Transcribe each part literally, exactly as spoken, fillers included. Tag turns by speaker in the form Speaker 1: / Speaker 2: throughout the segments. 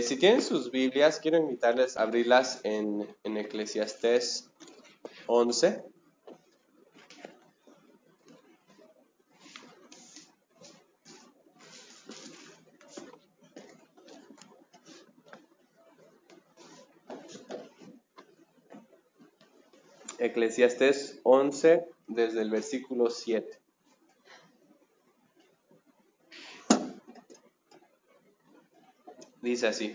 Speaker 1: Si tienen sus Biblias, quiero invitarles a abrirlas en, en Eclesiastés once. Eclesiastés once, desde el versículo siete. Dice así: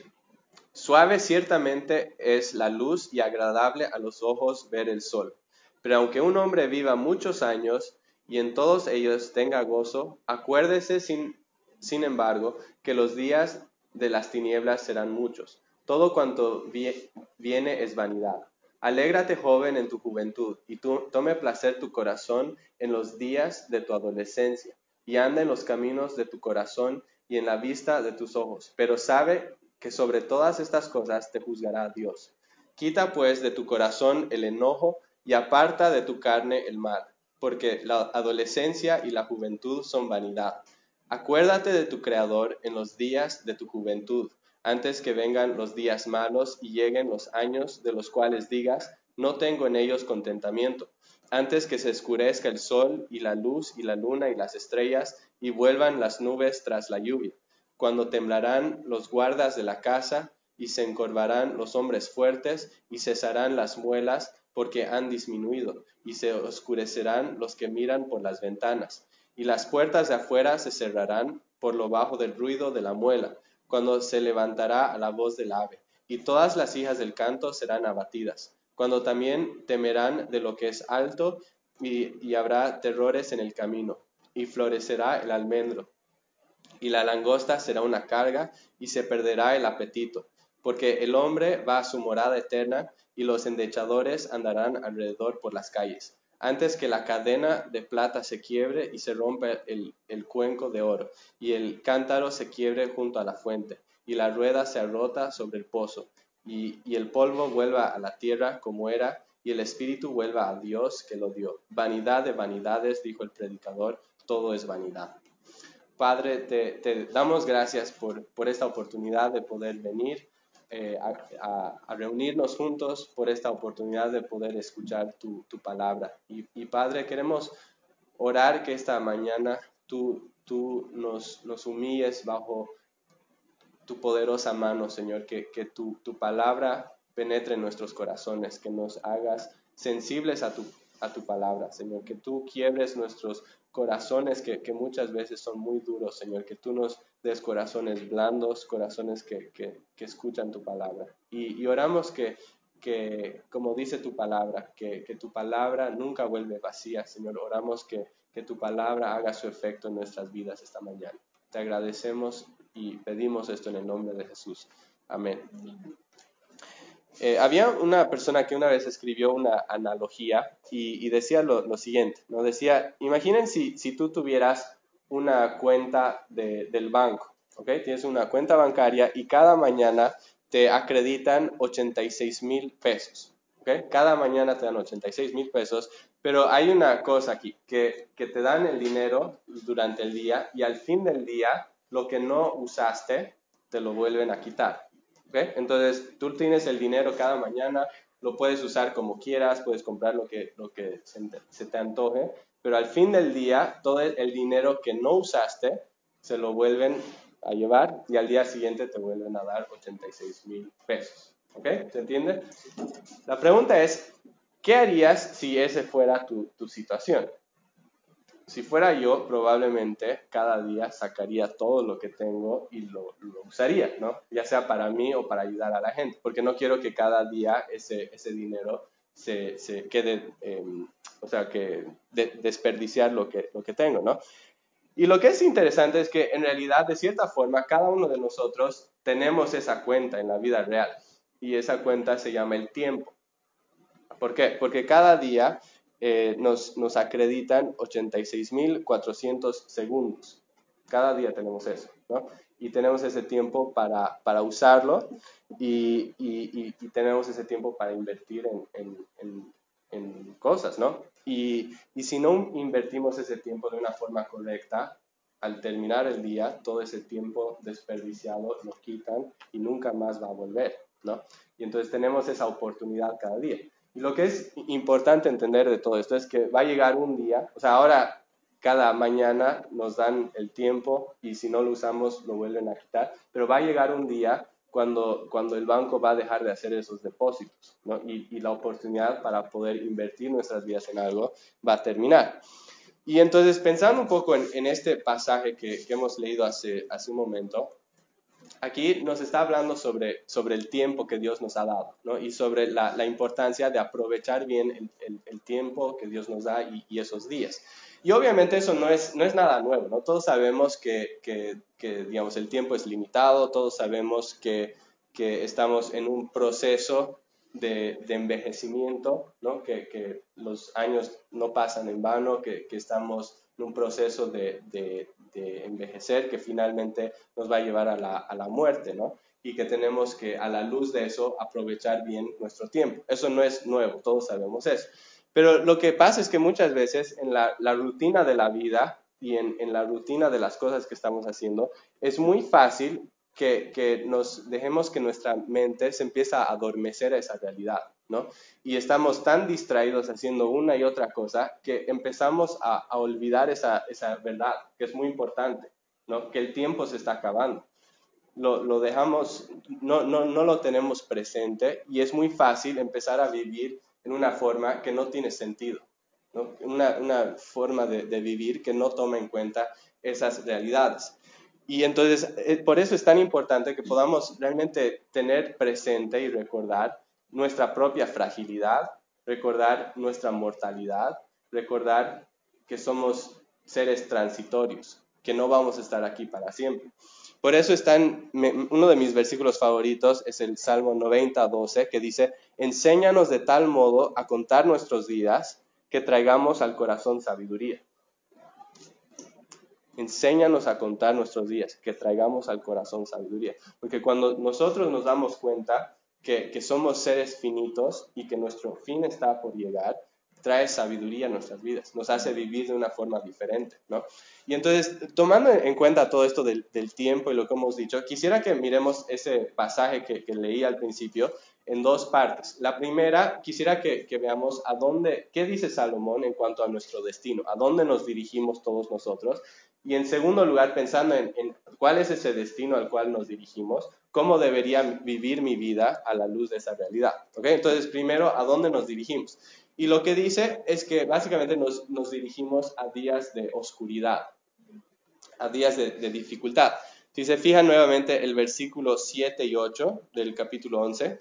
Speaker 1: Suave ciertamente es la luz y agradable a los ojos ver el sol. Pero aunque un hombre viva muchos años y en todos ellos tenga gozo, acuérdese sin, sin embargo que los días de las tinieblas serán muchos. Todo cuanto vie- viene es vanidad. Alégrate, joven, en tu juventud, y tú, tome placer tu corazón en los días de tu adolescencia, y anda en los caminos de tu corazón y en la vista de tus ojos. Pero sabe que sobre todas estas cosas te juzgará Dios. Quita pues de tu corazón el enojo y aparta de tu carne el mal, porque la adolescencia y la juventud son vanidad. Acuérdate de tu Creador en los días de tu juventud, antes que vengan los días malos y lleguen los años de los cuales digas, no tengo en ellos contentamiento, antes que se oscurezca el sol y la luz y la luna y las estrellas y vuelvan las nubes tras la lluvia, cuando temblarán los guardas de la casa y se encorvarán los hombres fuertes y cesarán las muelas porque han disminuido y se oscurecerán los que miran por las ventanas y las puertas de afuera se cerrarán por lo bajo del ruido de la muela, cuando se levantará a la voz del ave, y todas las hijas del canto serán abatidas, cuando también temerán de lo que es alto, y, y habrá terrores en el camino, y florecerá el almendro, y la langosta será una carga, y se perderá el apetito, porque el hombre va a su morada eterna, y los endechadores andarán alrededor por las calles. Antes que la cadena de plata se quiebre y se rompa el, el cuenco de oro, y el cántaro se quiebre junto a la fuente, y la rueda se arrota sobre el pozo, y, y el polvo vuelva a la tierra como era, y el espíritu vuelva a Dios que lo dio. Vanidad de vanidades, dijo el predicador, todo es vanidad. Padre, te, te damos gracias por, por esta oportunidad de poder venir eh, a, a, a reunirnos juntos, por esta oportunidad de poder escuchar tu, tu palabra. Y, y Padre, queremos orar que esta mañana tú, tú nos, nos humilles bajo tu poderosa mano, Señor, que, que tu, tu palabra penetre en nuestros corazones, que nos hagas sensibles a tu, a tu palabra, Señor, que tú quiebres nuestros corazones que, que muchas veces son muy duros, Señor, que tú nos des corazones blandos, corazones que, que, que escuchan tu palabra. Y, y oramos que, que, como dice tu palabra, que, que tu palabra nunca vuelve vacía, Señor. Oramos que, que tu palabra haga su efecto en nuestras vidas esta mañana. Te agradecemos y pedimos esto en el nombre de Jesús. Amén. Eh, había una persona que una vez escribió una analogía y, y decía lo, lo siguiente, ¿no? Decía, imaginen si, si tú tuvieras una cuenta de, del banco, ¿ok? Tienes una cuenta bancaria y cada mañana te acreditan ochenta y seis mil pesos, ¿ok? Cada mañana te dan ochenta y seis mil pesos, pero hay una cosa aquí, que, que te dan el dinero durante el día y al fin del día lo que no usaste te lo vuelven a quitar. ¿Okay? Entonces, tú tienes el dinero cada mañana, lo puedes usar como quieras, puedes comprar lo que, lo que se, se te antoje, pero al fin del día, todo el dinero que no usaste, se lo vuelven a llevar y al día siguiente te vuelven a dar ochenta y seis mil pesos. ¿Ok? ¿Se entiende? La pregunta es, ¿qué harías si esa fuera tu, tu situación? Si fuera yo, probablemente cada día sacaría todo lo que tengo y lo, lo usaría, ¿no? Ya sea para mí o para ayudar a la gente, porque no quiero que cada día ese, ese dinero se, se quede, eh, o sea, que de, desperdiciar lo que, lo que tengo, ¿no? Y lo que es interesante es que en realidad, de cierta forma, cada uno de nosotros tenemos esa cuenta en la vida real y esa cuenta se llama el tiempo. ¿Por qué? Porque cada día eh, nos, nos acreditan ochenta y seis mil cuatrocientos segundos. Cada día tenemos eso, ¿no? Y tenemos ese tiempo para, para usarlo y, y, y, y tenemos ese tiempo para invertir en, en, en, en cosas, ¿no? Y, y si no invertimos ese tiempo de una forma correcta, al terminar el día, todo ese tiempo desperdiciado lo quitan y nunca más va a volver, ¿no? Y entonces tenemos esa oportunidad cada día. Y lo que es importante entender de todo esto es que va a llegar un día, o sea, ahora cada mañana nos dan el tiempo y si no lo usamos lo vuelven a quitar, pero va a llegar un día cuando, cuando el banco va a dejar de hacer esos depósitos, ¿no? Y, y la oportunidad para poder invertir nuestras vidas en algo va a terminar. Y entonces, pensando un poco en, en este pasaje que, que hemos leído hace, hace un momento, aquí nos está hablando sobre, sobre el tiempo que Dios nos ha dado, ¿no? Y sobre la, la importancia de aprovechar bien el, el, el tiempo que Dios nos da y, y esos días. Y obviamente eso no es, no es nada nuevo, ¿no? Todos sabemos que, que, que digamos, el tiempo es limitado, todos sabemos que, que estamos en un proceso de, de envejecimiento, ¿no? Que, que los años no pasan en vano, que, que estamos en un proceso de, de, de envejecer que finalmente nos va a llevar a la, a la muerte, ¿no? Y que tenemos que, a la luz de eso, aprovechar bien nuestro tiempo. Eso no es nuevo, todos sabemos eso. Pero lo que pasa es que muchas veces en la, la rutina de la vida y en, en, la rutina de las cosas que estamos haciendo, es muy fácil que, que nos dejemos que nuestra mente se empieza a adormecer a esa realidad, ¿no? Y estamos tan distraídos haciendo una y otra cosa que empezamos a, a olvidar esa, esa verdad, que es muy importante, ¿no? Que el tiempo se está acabando. Lo, lo dejamos, no, no, no lo tenemos presente y es muy fácil empezar a vivir en una forma que no tiene sentido, ¿no? Una, una forma de, de vivir que no toma en cuenta esas realidades. Y entonces, eh, por eso es tan importante que podamos realmente tener presente y recordar nuestra propia fragilidad, recordar nuestra mortalidad, recordar que somos seres transitorios, que no vamos a estar aquí para siempre. Por eso están, uno de mis versículos favoritos es el Salmo noventa, doce, que dice, enséñanos de tal modo a contar nuestros días que traigamos al corazón sabiduría. Enséñanos a contar nuestros días, que traigamos al corazón sabiduría. Porque cuando nosotros nos damos cuenta que, que somos seres finitos y que nuestro fin está por llegar, trae sabiduría a nuestras vidas, nos hace vivir de una forma diferente, ¿no? Y entonces, tomando en cuenta todo esto del, del tiempo y lo que hemos dicho, quisiera que miremos ese pasaje que, que leí al principio en dos partes. La primera, quisiera que, que veamos a dónde, qué dice Salomón en cuanto a nuestro destino, a dónde nos dirigimos todos nosotros. Y en segundo lugar, pensando en, en cuál es ese destino al cual nos dirigimos, cómo debería vivir mi vida a la luz de esa realidad. ¿Okay? Entonces, primero, ¿a dónde nos dirigimos? Y lo que dice es que básicamente nos, nos dirigimos a días de oscuridad, a días de, de dificultad. Si se fijan nuevamente el versículo siete y ocho del capítulo once,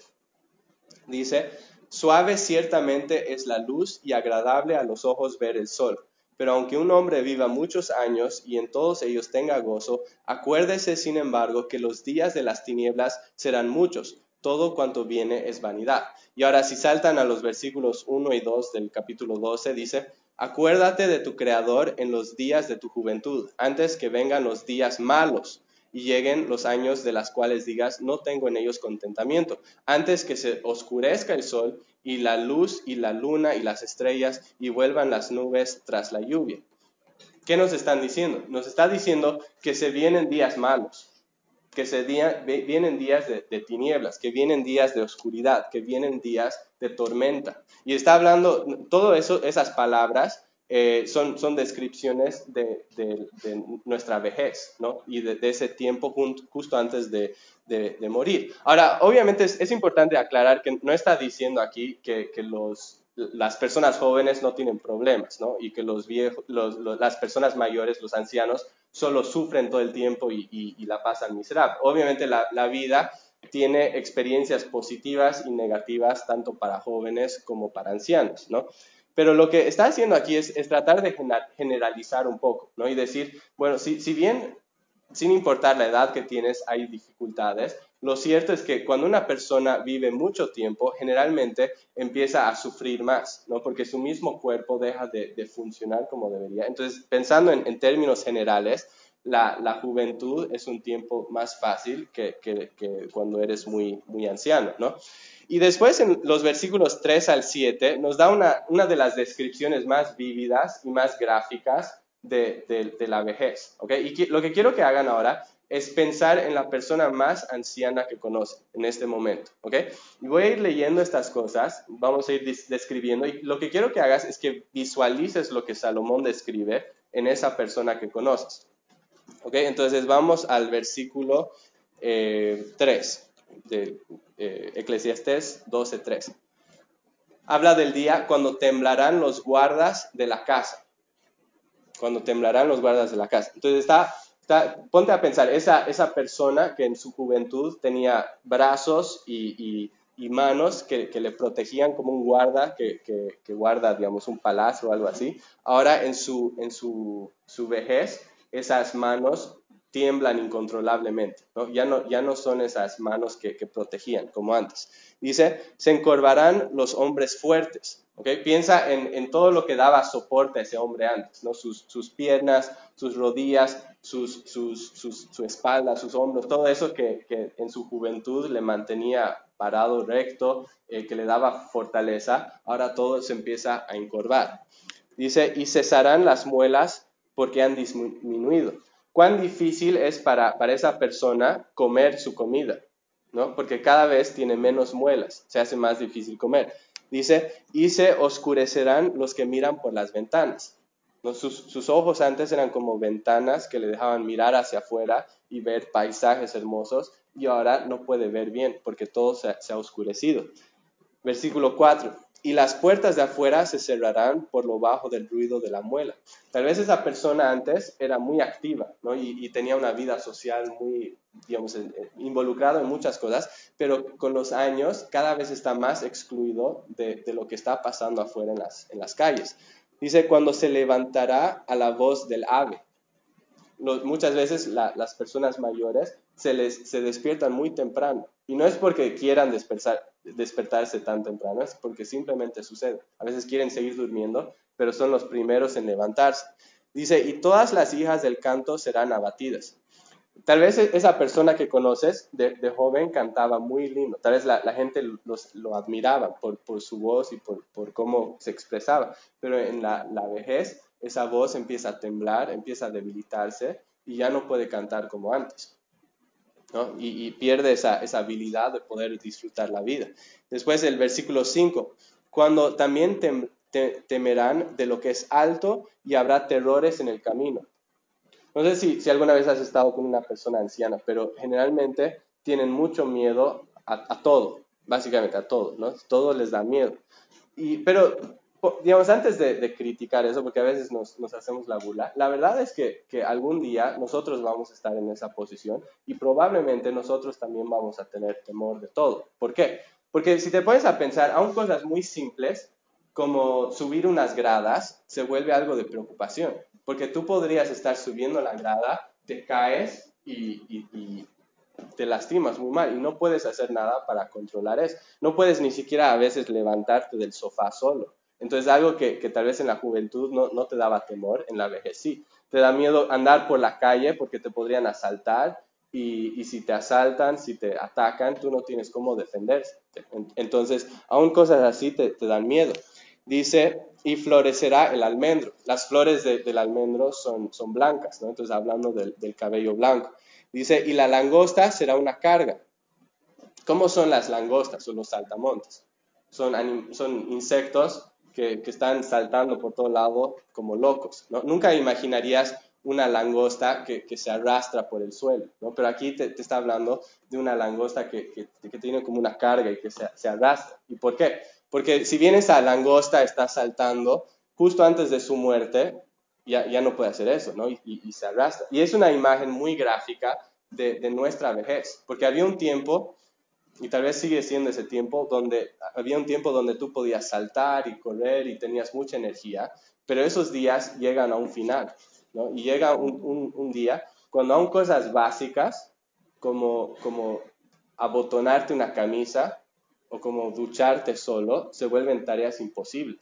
Speaker 1: dice, suave ciertamente es la luz y agradable a los ojos ver el sol. Pero aunque un hombre viva muchos años y en todos ellos tenga gozo, acuérdese, sin embargo, que los días de las tinieblas serán muchos. Todo cuanto viene es vanidad. Y ahora si saltan a los versículos uno y dos del capítulo doce, dice, acuérdate de tu Creador en los días de tu juventud, antes que vengan los días malos y lleguen los años de las cuales digas, no tengo en ellos contentamiento, antes que se oscurezca el sol y la luz y la luna y las estrellas y vuelvan las nubes tras la lluvia. ¿Qué nos están diciendo? Nos está diciendo que se vienen días malos, que se día, vienen días de, de tinieblas, que vienen días de oscuridad, que vienen días de tormenta. Y está hablando, todo eso, esas palabras eh, son, son descripciones de, de, de nuestra vejez, ¿no? Y de, de ese tiempo justo, justo antes de, de, de morir. Ahora, obviamente es, es importante aclarar que no está diciendo aquí que, que los, las personas jóvenes no tienen problemas, ¿no? Y que los viejos, los, los, las personas mayores, los ancianos, solo sufren todo el tiempo y, y, y la pasan miserable. Obviamente la, la vida tiene experiencias positivas y negativas tanto para jóvenes como para ancianos, ¿no? Pero lo que está haciendo aquí es, es tratar de generalizar un poco, ¿no? Y decir, bueno, si, si bien sin importar la edad que tienes hay dificultades, lo cierto es que cuando una persona vive mucho tiempo, generalmente empieza a sufrir más, ¿no? Porque su mismo cuerpo deja de, de funcionar como debería. Entonces, pensando en, en términos generales, la, la, juventud es un tiempo más fácil que, que, que cuando eres muy, muy anciano, ¿no? Y después en los versículos tres al siete nos da una, una de las descripciones más vívidas y más gráficas de, de, de la vejez. ¿Okay? Y que, lo que quiero que hagan ahora es pensar en la persona más anciana que conocen en este momento. ¿Okay? Y voy a ir leyendo estas cosas, vamos a ir describiendo, y lo que quiero que hagas es que visualices lo que Salomón describe en esa persona que conoces. ¿Okay? Entonces vamos al versículo eh, tres de eh, Eclesiastés doce tres. Habla del día cuando temblarán los guardas de la casa. Cuando temblarán los guardas de la casa. Entonces está, está ponte a pensar, esa, esa persona que en su juventud tenía brazos y, y, y manos que, que, le protegían como un guarda que, que, que guarda, digamos, un palacio o algo así. Ahora en su, en su, su vejez, esas manos tiemblan incontrolablemente, ¿no? Ya no, ya no son esas manos que, que protegían como antes. Dice, se encorvarán los hombres fuertes. ¿Okay? Piensa en, en todo lo que daba soporte a ese hombre antes, ¿no? Sus, sus piernas, sus rodillas, sus, sus, sus, su espalda, sus hombros, todo eso que, que en su juventud le mantenía parado recto, eh, que le daba fortaleza, ahora todo se empieza a encorvar. Dice, y cesarán las muelas porque han disminuido. ¿Cuán difícil es para, para esa persona comer su comida? ¿No? Porque cada vez tiene menos muelas, se hace más difícil comer. Dice, y se oscurecerán los que miran por las ventanas. ¿No? Sus, sus ojos antes eran como ventanas que le dejaban mirar hacia afuera y ver paisajes hermosos, y ahora no puede ver bien porque todo se, se ha oscurecido. Versículo cuatro. Y las puertas de afuera se cerrarán por lo bajo del ruido de la muela. Tal vez esa persona antes era muy activa, ¿no? y, y tenía una vida social muy, digamos, involucrado en muchas cosas, pero con los años cada vez está más excluido de, de lo que está pasando afuera en las, en las calles. Dice, cuando se levantará a la voz del ave. Los, muchas veces la, las personas mayores se, les, se despiertan muy temprano. Y no es porque quieran despertar, despertarse tan temprano, es porque simplemente sucede. A veces quieren seguir durmiendo, pero son los primeros en levantarse. Dice, y todas las hijas del canto serán abatidas. Tal vez esa persona que conoces de, de joven cantaba muy lindo. Tal vez la, la gente los, lo admiraba por, por su voz y por, por cómo se expresaba. Pero en la, la vejez, esa voz empieza a temblar, empieza a debilitarse y ya no puede cantar como antes, ¿no? Y, y pierde esa, esa habilidad de poder disfrutar la vida. Después el versículo cinco. Cuando también tem, te, temerán de lo que es alto y habrá terrores en el camino. No sé si, si alguna vez has estado con una persona anciana, pero generalmente tienen mucho miedo a, a todo, básicamente a todo, ¿no? Todo les da miedo. Y, pero, digamos, antes de, de criticar eso, porque a veces nos, nos hacemos la burla, la verdad es que, que algún día nosotros vamos a estar en esa posición y probablemente nosotros también vamos a tener temor de todo. ¿Por qué? Porque si te pones a pensar, aún cosas muy simples, como subir unas gradas, se vuelve algo de preocupación. Porque tú podrías estar subiendo la grada, te caes y, y, y te lastimas muy mal y no puedes hacer nada para controlar eso. No puedes ni siquiera a veces levantarte del sofá solo. Entonces algo que, que tal vez en la juventud no, no te daba temor, en la vejez sí. Te da miedo andar por la calle porque te podrían asaltar y, y si te asaltan, si te atacan, tú no tienes cómo defenderte. Entonces, aún cosas así te, te dan miedo. Dice, y florecerá el almendro. Las flores de, del almendro son, son blancas, ¿no? Entonces, hablando del, del cabello blanco. Dice, y la langosta será una carga. ¿Cómo son las langostas? Son los saltamontes. Son, anim, son insectos que, que, están saltando por todo lado como locos, ¿no? Nunca imaginarías una langosta que, que se arrastra por el suelo, ¿no? Pero aquí te, te está hablando de una langosta que, que, que tiene como una carga y que se, se arrastra. ¿Y por qué? Porque si bien esa langosta está saltando, justo antes de su muerte, ya, ya no puede hacer eso, ¿no? Y, y, y se arrastra. Y es una imagen muy gráfica de, de nuestra vejez, porque había un tiempo, y tal vez sigue siendo ese tiempo, donde había un tiempo donde tú podías saltar y correr y tenías mucha energía, pero esos días llegan a un final, ¿no? Y llega un, un, un día cuando aún cosas básicas, como, como abotonarte una camisa, o como ducharte solo, se vuelven tareas imposibles,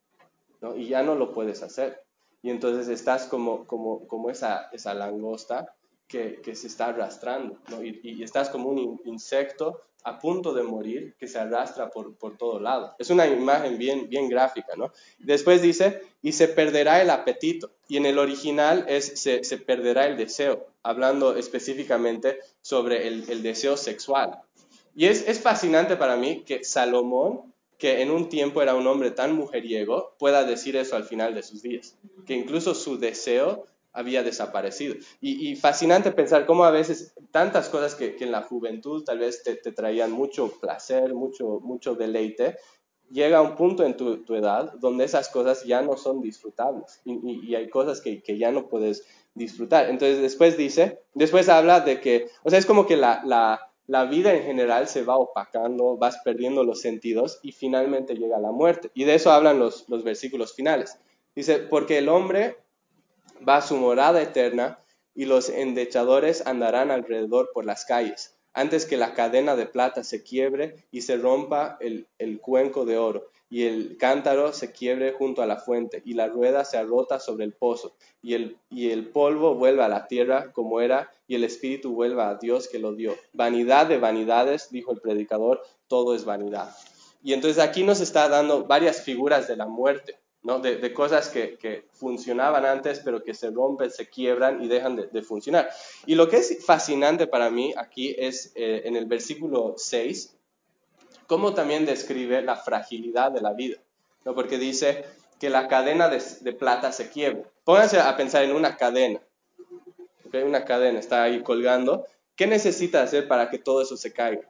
Speaker 1: ¿no? Y ya no lo puedes hacer. Y entonces estás como, como, como esa, esa langosta que, que se está arrastrando, ¿no? Y, y estás como un insecto a punto de morir que se arrastra por, por todo lado. Es una imagen bien, bien gráfica, ¿no? Después dice, y se perderá el apetito. Y en el original es, se, se perderá el deseo, hablando específicamente sobre el, el deseo sexual. Y es, es fascinante para mí que Salomón, que en un tiempo era un hombre tan mujeriego, pueda decir eso al final de sus días, que incluso su deseo había desaparecido. Y, y fascinante pensar cómo a veces tantas cosas que, que en la juventud tal vez te, te traían mucho placer, mucho, mucho deleite, llega un punto en tu, tu edad donde esas cosas ya no son disfrutables y, y, y hay cosas que, que ya no puedes disfrutar. Entonces después dice, después habla de que, o sea, es como que la, la, la vida en general se va opacando, vas perdiendo los sentidos y finalmente llega la muerte. Y de eso hablan los, los versículos finales. Dice, porque el hombre va a su morada eterna y los endechadores andarán alrededor por las calles, antes que la cadena de plata se quiebre y se rompa el, el cuenco de oro, y el cántaro se quiebre junto a la fuente, y la rueda se arrota sobre el pozo, y el, y el polvo vuelva a la tierra como era, y el espíritu vuelva a Dios que lo dio. Vanidad de vanidades, dijo el predicador, todo es vanidad. Y entonces aquí nos está dando varias figuras de la muerte, ¿no? De, de cosas que, que funcionaban antes, pero que se rompen, se quiebran y dejan de, de funcionar. Y lo que es fascinante para mí aquí es eh, en el versículo seis, cómo también describe la fragilidad de la vida, ¿no? Porque dice que la cadena de, de plata se quiebra. Pónganse a pensar en una cadena, ¿okay? Una cadena está ahí colgando. ¿Qué necesita hacer para que todo eso se caiga?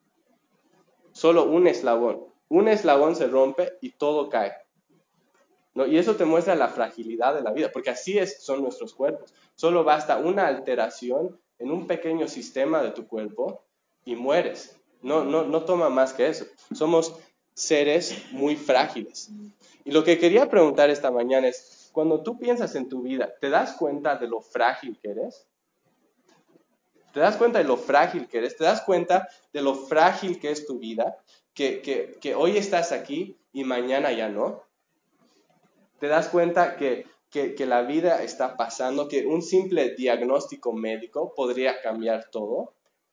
Speaker 1: Solo un eslabón. Un eslabón se rompe y todo cae, ¿no? Y eso te muestra la fragilidad de la vida, porque así es, son nuestros cuerpos. Solo basta una alteración en un pequeño sistema de tu cuerpo y mueres. No, no, no toma más que eso. Somos seres muy frágiles. Y lo que quería preguntar esta mañana es, cuando tú piensas en tu vida, ¿te das cuenta de lo frágil que eres? ¿Te das cuenta de lo frágil que eres? ¿Te das cuenta de lo frágil que es tu vida? Que, que, que hoy estás aquí y mañana ya no. Te das cuenta que, que, que la vida está pasando, que un simple diagnóstico médico podría cambiar todo.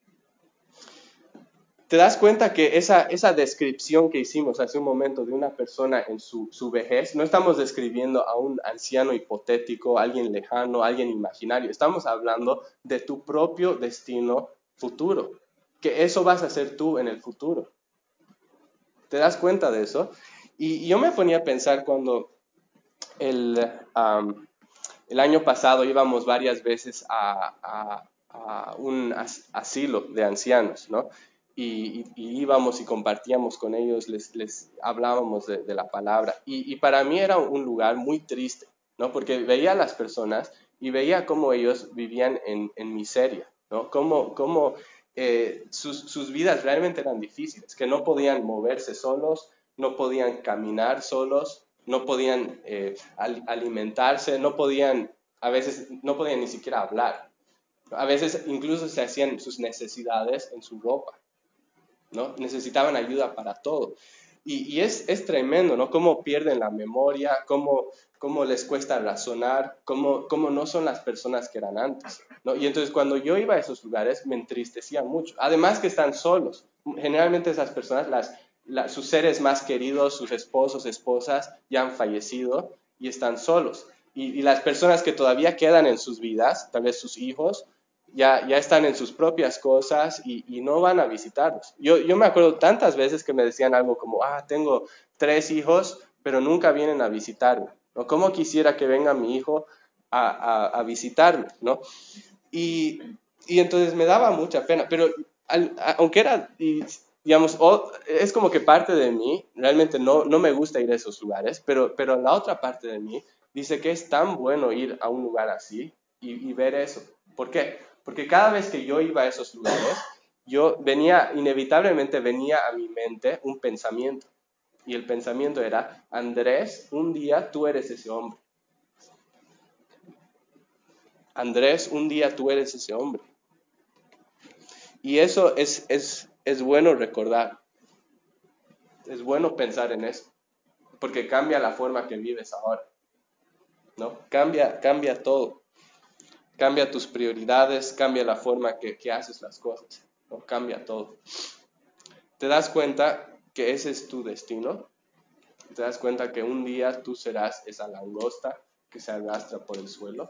Speaker 1: Te das cuenta que esa, esa descripción que hicimos hace un momento de una persona en su, su vejez, no estamos describiendo a un anciano hipotético, alguien lejano, alguien imaginario. Estamos hablando de tu propio destino futuro, que eso vas a ser tú en el futuro. ¿Te das cuenta de eso? Y, y yo me ponía a pensar cuando el, um, el año pasado íbamos varias veces a, a, a un as, asilo de ancianos, ¿no? Y, y, y, íbamos y compartíamos con ellos, les, les hablábamos de, de la palabra. Y, y para mí era un lugar muy triste, ¿no? Porque veía a las personas y veía cómo ellos vivían en, en miseria, ¿no? Cómo, cómo eh, sus, sus vidas realmente eran difíciles, que no podían moverse solos, no podían caminar solos, no podían eh, al, alimentarse, no podían, a veces no podían ni siquiera hablar. A veces incluso se hacían sus necesidades en su ropa, ¿no? Necesitaban ayuda para todo. Y, y es, es tremendo, ¿no? Cómo pierden la memoria, cómo, cómo les cuesta razonar, cómo, cómo no son las personas que eran antes, ¿no? Y entonces cuando yo iba a esos lugares me entristecía mucho. Además que están solos. Generalmente esas personas, las, la, sus seres más queridos, sus esposos, esposas, ya han fallecido y están solos. Y, y las personas que todavía quedan en sus vidas, tal vez sus hijos, ya, ya están en sus propias cosas y, y no van a visitarlos. Yo, yo me acuerdo tantas veces que me decían algo como, ah, tengo tres hijos, pero nunca vienen a visitarme, ¿no? ¿Cómo quisiera que venga mi hijo a, a, a visitarme, ¿no? Y, y entonces me daba mucha pena, pero al, a, aunque era, y, digamos, oh, es como que parte de mí, realmente no, no me gusta ir a esos lugares, pero, pero la otra parte de mí dice que es tan bueno ir a un lugar así y, y ver eso. ¿Por qué? Porque cada vez que yo iba a esos lugares, yo venía, inevitablemente venía a mi mente un pensamiento. Y el pensamiento era, Andrés, un día tú eres ese hombre. Andrés, un día tú eres ese hombre. Y eso es, es, es bueno recordar. Es bueno pensar en eso. Porque cambia la forma que vives ahora, ¿no? Cambia, cambia todo. Cambia tus prioridades, cambia la forma que, que haces las cosas, ¿no? Cambia todo. ¿Te das cuenta que ese es tu destino? ¿Te das cuenta que un día tú serás esa langosta que se arrastra por el suelo?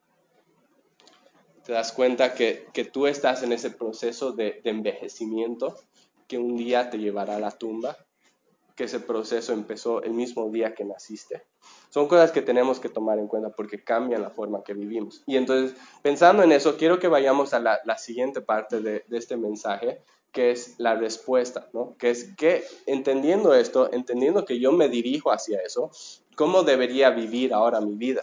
Speaker 1: ¿Te das cuenta que, que tú estás en ese proceso de, de envejecimiento que un día te llevará a la tumba? Que ese proceso empezó el mismo día que naciste. Son cosas que tenemos que tomar en cuenta porque cambian la forma que vivimos. Y entonces, pensando en eso, quiero que vayamos a la, la siguiente parte de, de este mensaje, que es la respuesta, ¿no? Que es que, entendiendo esto, entendiendo que yo me dirijo hacia eso, ¿cómo debería vivir ahora mi vida?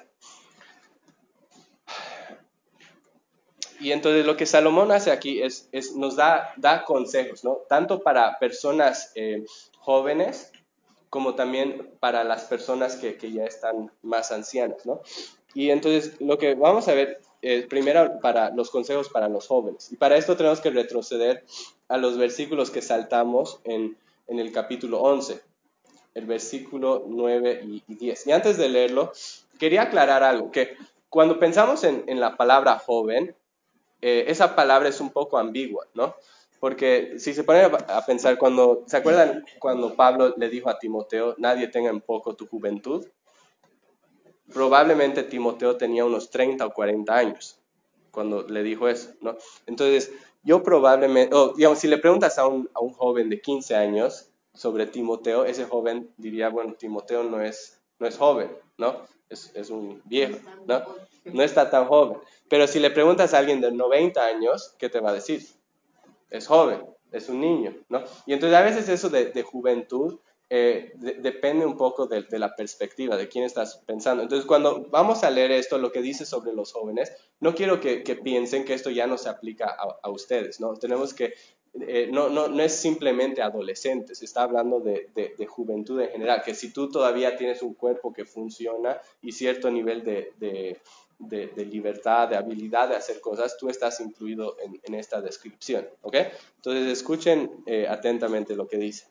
Speaker 1: Y entonces lo que Salomón hace aquí es, es nos da, da consejos, ¿no? Tanto para personas eh, jóvenes como también para las personas que, que ya están más ancianas, ¿no? Y entonces lo que vamos a ver es primero para los consejos para los jóvenes. Y para esto tenemos que retroceder a los versículos que saltamos en, en el capítulo once, el versículo nueve y, y diez. Y antes de leerlo, quería aclarar algo, que cuando pensamos en, en la palabra joven, eh, esa palabra es un poco ambigua, ¿no? Porque si se ponen a, a pensar, cuando, ¿se acuerdan cuando Pablo le dijo a Timoteo, nadie tenga en poco tu juventud? Probablemente Timoteo tenía unos treinta o cuarenta años cuando le dijo eso, ¿no? Entonces, yo probablemente, o digamos, si le preguntas a un, a un joven de quince años sobre Timoteo, ese joven diría, bueno, Timoteo no es, no es joven, ¿no? Es, es un viejo, ¿no? No está tan joven. Pero si le preguntas a alguien de noventa años, ¿qué te va a decir? Es joven, es un niño, ¿no? Y entonces a veces eso de, de juventud eh, de, depende un poco de, de la perspectiva, de quién estás pensando. Entonces cuando vamos a leer esto, lo que dice sobre los jóvenes, no quiero que, que piensen que esto ya no se aplica a, a ustedes, ¿no? Tenemos que, eh, no, no, no es simplemente adolescentes, está hablando de, de, de juventud en general, que si tú todavía tienes un cuerpo que funciona y cierto nivel de, de de, de, libertad, de habilidad de hacer cosas, tú estás incluido en, en esta descripción, ¿ok? Entonces escuchen eh, atentamente lo que dice.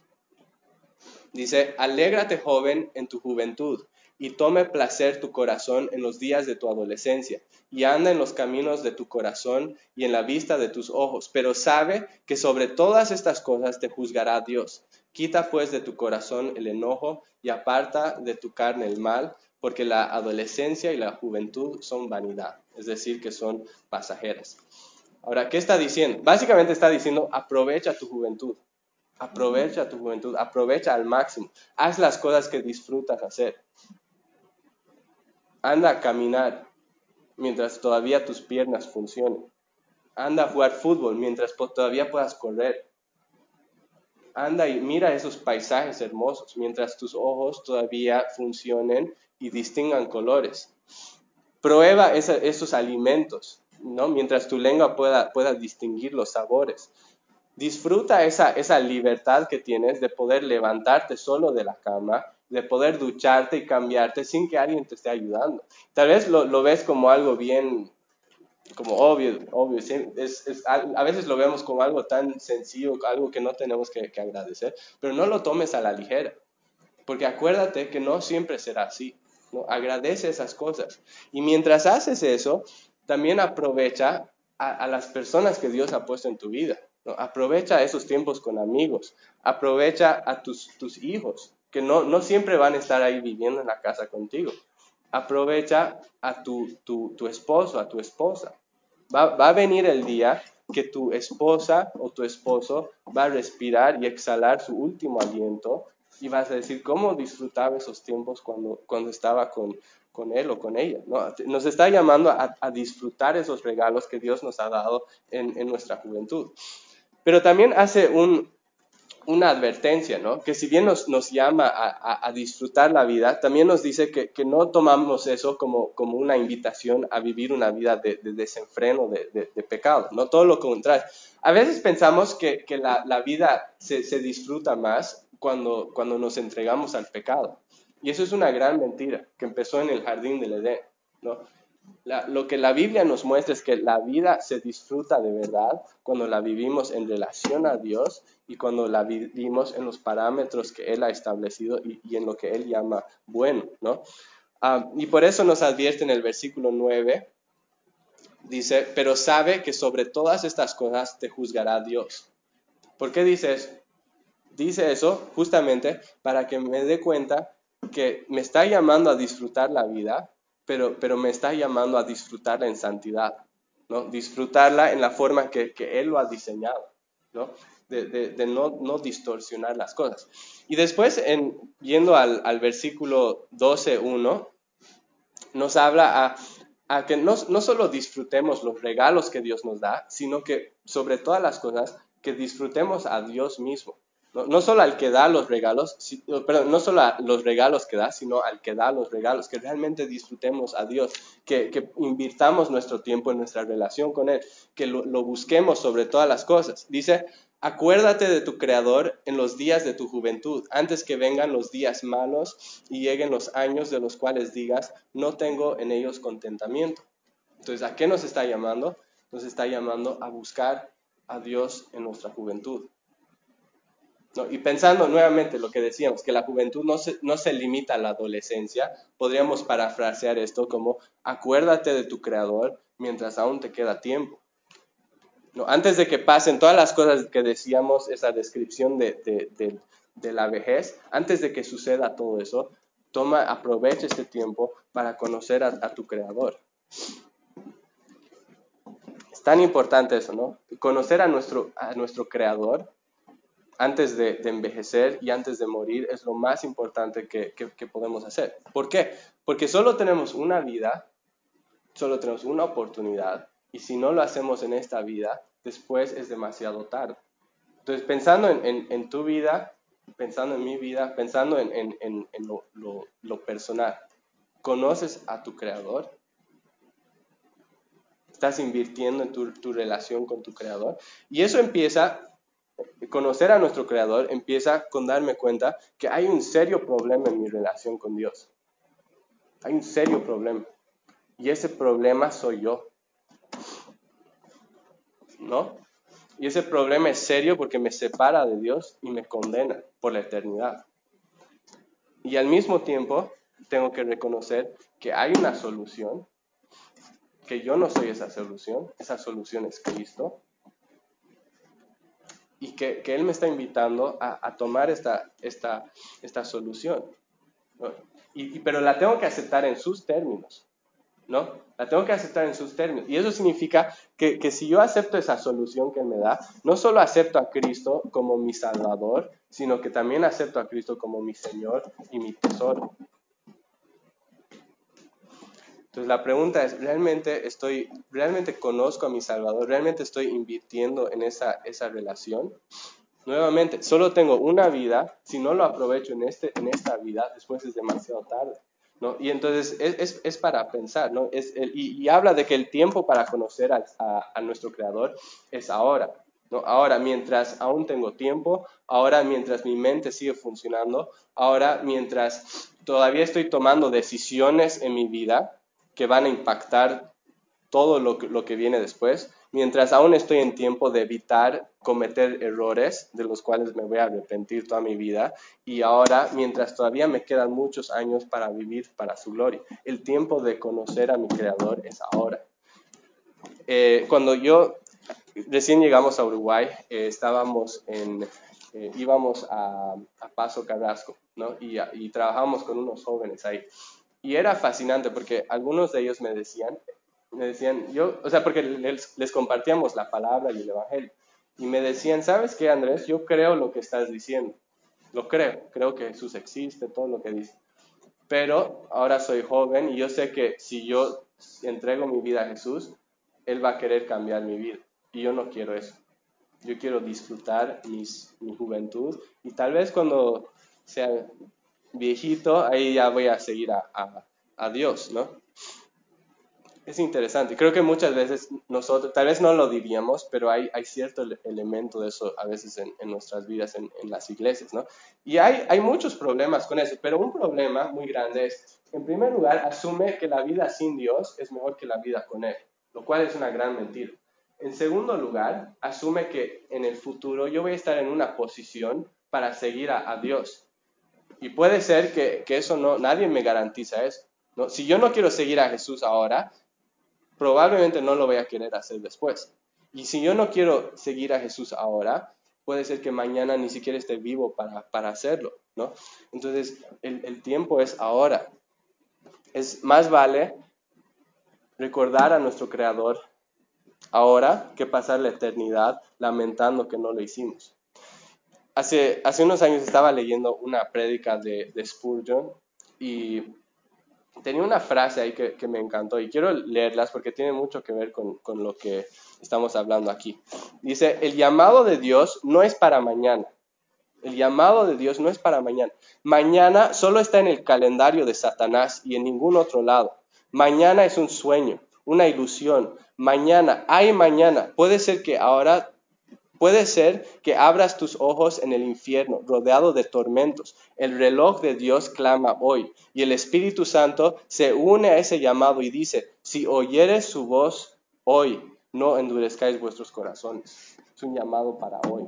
Speaker 1: Dice, alégrate joven en tu juventud y tome placer tu corazón en los días de tu adolescencia y anda en los caminos de tu corazón y en la vista de tus ojos, pero sabe que sobre todas estas cosas te juzgará Dios. Quita pues de tu corazón el enojo y aparta de tu carne el mal, porque la adolescencia y la juventud son vanidad, es decir, que son pasajeras. Ahora, ¿qué está diciendo? Básicamente está diciendo, aprovecha tu juventud. Aprovecha tu juventud, aprovecha al máximo. Haz las cosas que disfrutas hacer. Anda a caminar mientras todavía tus piernas funcionen. Anda a jugar fútbol mientras todavía puedas correr. Anda y mira esos paisajes hermosos mientras tus ojos todavía funcionen y distingan colores. Prueba esa, esos alimentos, ¿no? Mientras tu lengua pueda, pueda distinguir los sabores. Disfruta esa, esa libertad que tienes de poder levantarte solo de la cama, de poder ducharte y cambiarte sin que alguien te esté ayudando. Tal vez lo, lo ves como algo bien, como obvio, obvio. ¿Sí? Es, es, a veces lo vemos como algo tan sencillo, algo que no tenemos que, que agradecer, pero no lo tomes a la ligera, porque acuérdate que no siempre será así, ¿no? Agradece esas cosas. Y mientras haces eso, también aprovecha a, a las personas que Dios ha puesto en tu vida, ¿no? Aprovecha esos tiempos con amigos, aprovecha a tus, tus hijos, que no, no siempre van a estar ahí viviendo en la casa contigo. Aprovecha a tu, tu, tu esposo, a tu esposa. Va, va a venir el día que tu esposa o tu esposo va a respirar y exhalar su último aliento y vas a decir cómo disfrutaba esos tiempos cuando, cuando estaba con, con él o con ella, ¿no? Nos está llamando a, a disfrutar esos regalos que Dios nos ha dado en, en nuestra juventud. Pero también hace un, una advertencia, ¿no? Que si bien nos, nos llama a, a, a disfrutar la vida, también nos dice que, que no tomamos eso como, como una invitación a vivir una vida de, de desenfreno, de, de, de pecado, ¿no? Todo lo contrario. A veces pensamos que, que la, la vida se, se disfruta más cuando, cuando nos entregamos al pecado. Y eso es una gran mentira que empezó en el jardín del Edén, ¿no? La, lo que la Biblia nos muestra es que la vida se disfruta de verdad cuando la vivimos en relación a Dios y cuando la vivimos en los parámetros que Él ha establecido y, y en lo que Él llama bueno, ¿no? Ah, y por eso nos advierte en el versículo nueve, dice, pero sabe que sobre todas estas cosas te juzgará Dios. ¿Por qué dice eso? Dice eso justamente para que me dé cuenta que me está llamando a disfrutar la vida, pero, pero me está llamando a disfrutarla en santidad, ¿no? Disfrutarla en la forma que, que Él lo ha diseñado, ¿no? De, de, de no, no distorsionar las cosas. Y después, en, yendo al, al versículo doce uno, nos habla a, a que no, no solo disfrutemos los regalos que Dios nos da, sino que sobre todas las cosas, que disfrutemos a Dios mismo. No, no solo al que da los regalos, si, perdón, no solo a los regalos que da, sino al que da los regalos, que realmente disfrutemos a Dios, que, que invirtamos nuestro tiempo en nuestra relación con Él, que lo, lo busquemos sobre todas las cosas. Dice, acuérdate de tu Creador en los días de tu juventud, antes que vengan los días malos y lleguen los años de los cuales digas, no tengo en ellos contentamiento. Entonces, ¿a qué nos está llamando? Nos está llamando a buscar a Dios en nuestra juventud. ¿No? Y pensando nuevamente lo que decíamos, que la juventud no se, no se limita a la adolescencia, podríamos parafrasear esto como, acuérdate de tu Creador mientras aún te queda tiempo. ¿No? Antes de que pasen todas las cosas que decíamos, esa descripción de, de, de, de la vejez, antes de que suceda todo eso, toma, aprovecha este tiempo para conocer a, a tu Creador. Es tan importante eso, ¿no? Conocer a nuestro, a nuestro Creador antes de, de envejecer y antes de morir es lo más importante que, que, que podemos hacer. ¿Por qué? Porque solo tenemos una vida, solo tenemos una oportunidad, y si no lo hacemos en esta vida, después es demasiado tarde. Entonces, pensando en, en, en tu vida, pensando en mi vida, pensando en, en, en, en lo, lo, lo personal, ¿conoces a tu Creador? ¿Estás invirtiendo en tu, tu relación con tu Creador? Y eso empieza... Conocer a nuestro Creador empieza con darme cuenta que hay un serio problema en mi relación con Dios. Hay un serio problema. Y ese problema soy yo. ¿No? Y ese problema es serio porque me separa de Dios y me condena por la eternidad. Y al mismo tiempo tengo que reconocer que hay una solución, que yo no soy esa solución, esa solución es Cristo. Y que, que Él me está invitando a, a tomar esta, esta, esta solución, ¿no? Y, y, pero la tengo que aceptar en sus términos, ¿no? La tengo que aceptar en sus términos. Y eso significa que, que si yo acepto esa solución que Él me da, no solo acepto a Cristo como mi Salvador, sino que también acepto a Cristo como mi Señor y mi tesoro. Entonces la pregunta es, ¿realmente estoy, realmente conozco a mi Salvador? ¿Realmente estoy invirtiendo en esa, esa relación? Nuevamente, solo tengo una vida, si no lo aprovecho en, este, en esta vida, después es demasiado tarde, ¿no? Y entonces es, es, es para pensar, ¿no? Es el, y, y habla de que el tiempo para conocer a, a, a nuestro Creador es ahora, ¿no? Ahora, mientras aún tengo tiempo, ahora mientras mi mente sigue funcionando, ahora mientras todavía estoy tomando decisiones en mi vida que van a impactar todo lo que, lo que viene después, mientras aún estoy en tiempo de evitar cometer errores de los cuales me voy a arrepentir toda mi vida, y ahora, mientras todavía me quedan muchos años para vivir para su gloria. El tiempo de conocer a mi Creador es ahora. Eh, cuando yo recién llegamos a Uruguay, eh, estábamos en, eh, íbamos a, a Paso Carrasco, ¿no? Y, y trabajábamos con unos jóvenes ahí. Y era fascinante porque algunos de ellos me decían, me decían, yo, o sea, porque les, les compartíamos la palabra y el evangelio. Y me decían, ¿sabes qué, Andrés? Yo creo lo que estás diciendo. Lo creo. Creo que Jesús existe, todo lo que dice. Pero ahora soy joven y yo sé que si yo entrego mi vida a Jesús, Él va a querer cambiar mi vida. Y yo no quiero eso. Yo quiero disfrutar mis, mi juventud. Y tal vez cuando sea viejito, ahí ya voy a seguir a, a, a Dios, ¿no? Es interesante. Creo que muchas veces nosotros, tal vez no lo diríamos, pero hay, hay cierto elemento de eso a veces en, en nuestras vidas, en, en las iglesias, ¿no? Y hay, hay muchos problemas con eso, pero un problema muy grande es, en primer lugar, asume que la vida sin Dios es mejor que la vida con Él, lo cual es una gran mentira. En segundo lugar, asume que en el futuro yo voy a estar en una posición para seguir a, a Dios. Y puede ser que, que eso no, nadie me garantiza eso, ¿no? Si yo no quiero seguir a Jesús ahora, probablemente no lo voy a querer hacer después. Y si yo no quiero seguir a Jesús ahora, puede ser que mañana ni siquiera esté vivo para, para hacerlo, ¿no? Entonces, el, el tiempo es ahora. Es más vale recordar a nuestro Creador ahora que pasar la eternidad lamentando que no lo hicimos. Hace, hace unos años estaba leyendo una prédica de, de Spurgeon y tenía una frase ahí que, que me encantó y quiero leerlas porque tiene mucho que ver con, con lo que estamos hablando aquí. Dice, el llamado de Dios no es para mañana. El llamado de Dios no es para mañana. Mañana solo está en el calendario de Satanás y en ningún otro lado. Mañana es un sueño, una ilusión. Mañana, hay mañana. Puede ser que ahora, puede ser que abras tus ojos en el infierno, rodeado de tormentos. El reloj de Dios clama hoy y el Espíritu Santo se une a ese llamado y dice, si oyeres su voz hoy, no endurezcáis vuestros corazones. Es un llamado para hoy.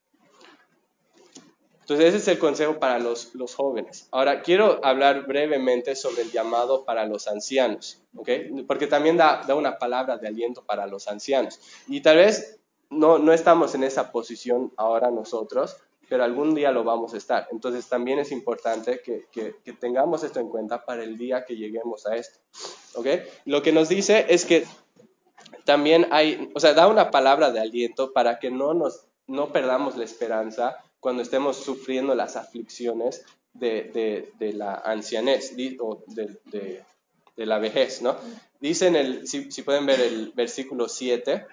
Speaker 1: Entonces ese es el consejo para los, los jóvenes. Ahora quiero hablar brevemente sobre el llamado para los ancianos, ¿ok? Porque también da, da una palabra de aliento para los ancianos. Y tal vez no, no estamos en esa posición ahora nosotros, pero algún día lo vamos a estar. Entonces también es importante que, que, que tengamos esto en cuenta para el día que lleguemos a esto, ¿ok? Lo que nos dice es que también hay, o sea, da una palabra de aliento para que no nos no perdamos la esperanza cuando estemos sufriendo las aflicciones de, de, de la ancianez o de, de, de la vejez, ¿no? Dice en el, si, si pueden ver el versículo siete,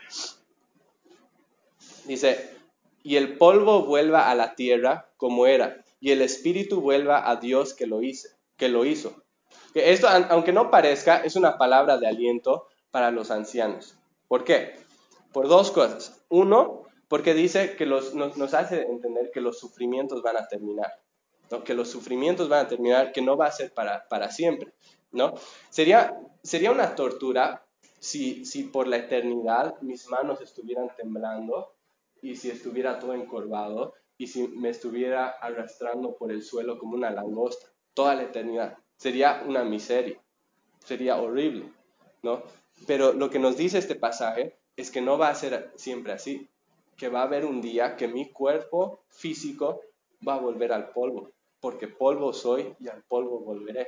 Speaker 1: dice, y el polvo vuelva a la tierra como era, y el espíritu vuelva a Dios que lo hizo. Que lo hizo. Que esto, aunque no parezca, es una palabra de aliento para los ancianos. ¿Por qué? Por dos cosas. Uno, porque dice que los, nos, nos hace entender que los sufrimientos van a terminar, ¿no? Que los sufrimientos van a terminar, que no va a ser para, para siempre, ¿no? Sería, sería una tortura si, si por la eternidad mis manos estuvieran temblando y si estuviera todo encorvado y si me estuviera arrastrando por el suelo como una langosta, toda la eternidad. Sería una miseria, sería horrible, ¿no? Pero lo que nos dice este pasaje es que no va a ser siempre así, que va a haber un día que mi cuerpo físico va a volver al polvo, porque polvo soy y al polvo volveré.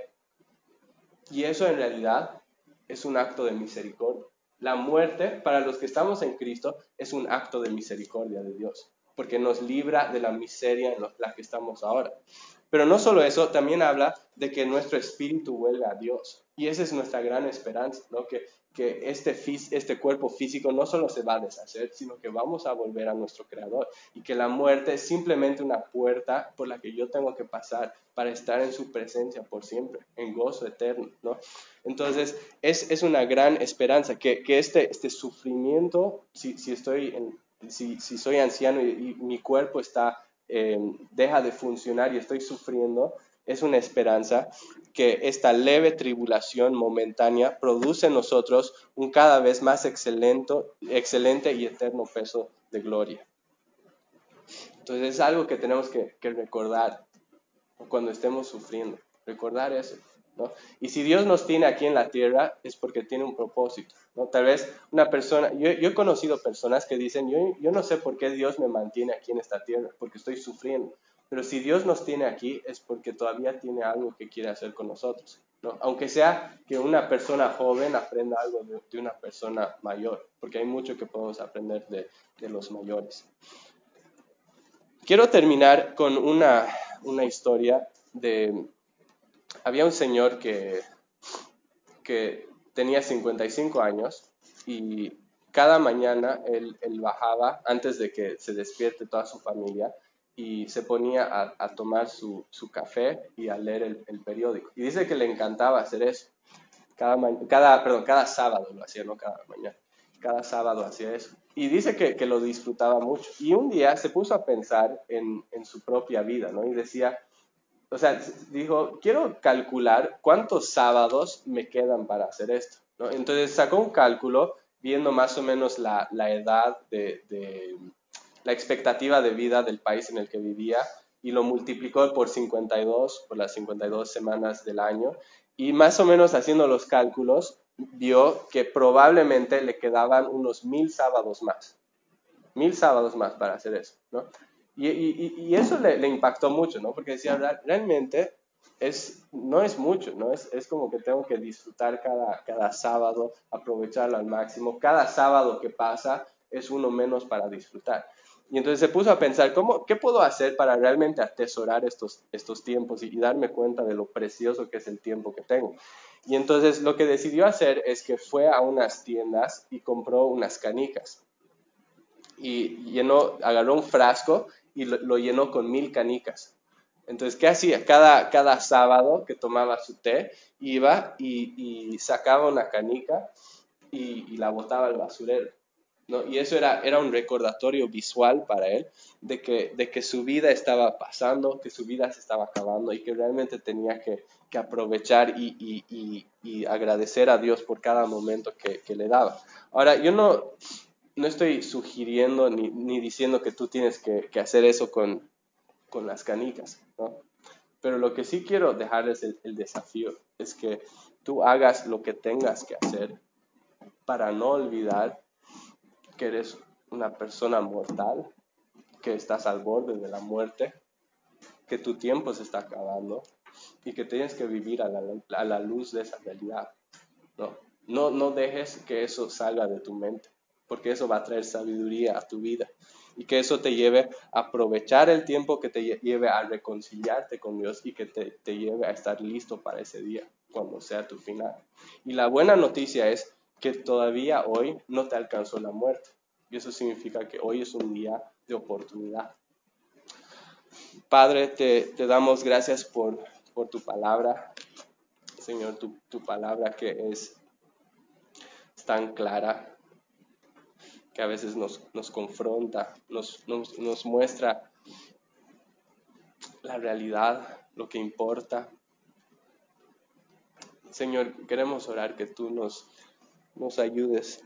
Speaker 1: Y eso en realidad es un acto de misericordia. La muerte, para los que estamos en Cristo, es un acto de misericordia de Dios, porque nos libra de la miseria en la que estamos ahora. Pero no solo eso, también habla de que nuestro espíritu vuelve a Dios. Y esa es nuestra gran esperanza, ¿no? Que, que este, este cuerpo físico no solo se va a deshacer, sino que vamos a volver a nuestro Creador. Y que la muerte es simplemente una puerta por la que yo tengo que pasar para estar en su presencia por siempre, en gozo eterno, ¿no? Entonces, es, es una gran esperanza que, que este, este sufrimiento, si, si, estoy en, si, si soy anciano y, y mi cuerpo está... Eh, deja de funcionar y estoy sufriendo, es una esperanza que esta leve tribulación momentánea produce en nosotros un cada vez más excelente, excelente y eterno peso de gloria. Entonces es algo que tenemos que, que recordar cuando estemos sufriendo, recordar eso, ¿no? Y si Dios nos tiene aquí en la tierra es porque tiene un propósito, ¿no? Tal vez una persona, yo, yo he conocido personas que dicen, yo, yo no sé por qué Dios me mantiene aquí en esta tierra, porque estoy sufriendo, pero si Dios nos tiene aquí es porque todavía tiene algo que quiere hacer con nosotros, ¿no? Aunque sea que una persona joven aprenda algo de, de una persona mayor, porque hay mucho que podemos aprender de, de los mayores. Quiero terminar con una, una historia de... Había un señor que, que tenía cincuenta y cinco años y cada mañana él, él bajaba antes de que se despierte toda su familia y se ponía a, a tomar su, su café y a leer el, el periódico. Y dice que le encantaba hacer eso. Cada, cada, perdón, cada sábado lo hacía, no cada mañana. Cada sábado hacía eso. Y dice que, que lo disfrutaba mucho. Y un día se puso a pensar en, en su propia vida, ¿no? Y decía, o sea, dijo, quiero calcular cuántos sábados me quedan para hacer esto, ¿no? Entonces sacó un cálculo viendo más o menos la, la edad de, de, la expectativa de vida del país en el que vivía y lo multiplicó por cincuenta y dos, por las cincuenta y dos semanas del año, y más o menos haciendo los cálculos, vio que probablemente le quedaban unos mil sábados más, mil sábados más para hacer eso, ¿no? Y, y, y eso le, le, impactó mucho, ¿no? Porque decía, realmente es, no es mucho, ¿no? Es, es como que tengo que disfrutar cada, cada sábado, aprovecharlo al máximo. Cada sábado que pasa es uno menos para disfrutar. Y entonces se puso a pensar, ¿cómo, ¿qué puedo hacer para realmente atesorar estos, estos tiempos y, y darme cuenta de lo precioso que es el tiempo que tengo? Y entonces lo que decidió hacer es que fue a unas tiendas y compró unas canicas. Y llenó, agarró un frasco y lo, lo llenó con mil canicas. Entonces, ¿qué hacía? Cada, cada sábado que tomaba su té, iba y, y sacaba una canica y, y la botaba al basurero, ¿no? Y eso era, era un recordatorio visual para él de que, de que su vida estaba pasando, que su vida se estaba acabando y que realmente tenía que, que aprovechar y, y, y, y agradecer a Dios por cada momento que, que le daba. Ahora, yo no, no estoy sugiriendo ni, ni diciendo que tú tienes que, que hacer eso con, con las canicas, ¿no? Pero lo que sí quiero dejarles el, el desafío es que tú hagas lo que tengas que hacer para no olvidar que eres una persona mortal, que estás al borde de la muerte, que tu tiempo se está acabando y que tienes que vivir a la, a la luz de esa realidad, ¿no? No, no dejes que eso salga de tu mente, porque eso va a traer sabiduría a tu vida y que eso te lleve a aprovechar el tiempo, que te lleve a reconciliarte con Dios y que te, te lleve a estar listo para ese día, cuando sea tu final. Y la buena noticia es que todavía hoy no te alcanzó la muerte. Y eso significa que hoy es un día de oportunidad. Padre, te, te damos gracias por, por tu palabra, Señor, tu, tu palabra que es tan clara, que a veces nos, nos confronta, nos, nos, nos muestra la realidad, lo que importa. Señor, queremos orar que tú nos, nos ayudes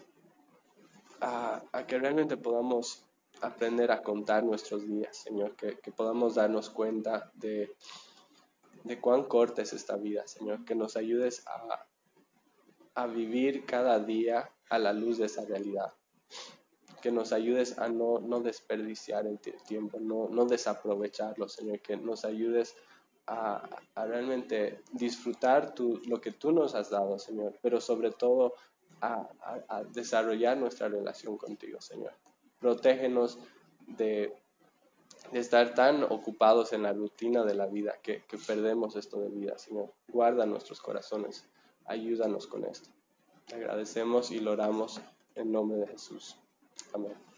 Speaker 1: a, a que realmente podamos aprender a contar nuestros días, Señor, que, que podamos darnos cuenta de, de cuán corta es esta vida, Señor, que nos ayudes a, a vivir cada día a la luz de esa realidad, que nos ayudes a no, no desperdiciar el tiempo, no, no desaprovecharlo, Señor, que nos ayudes a, a realmente disfrutar tu, lo que tú nos has dado, Señor, pero sobre todo a, a, a desarrollar nuestra relación contigo, Señor. Protégenos de, de estar tan ocupados en la rutina de la vida que, que perdemos esto de vida, Señor. Guarda nuestros corazones, ayúdanos con esto. Te agradecemos y lo oramos en nombre de Jesús. Amén.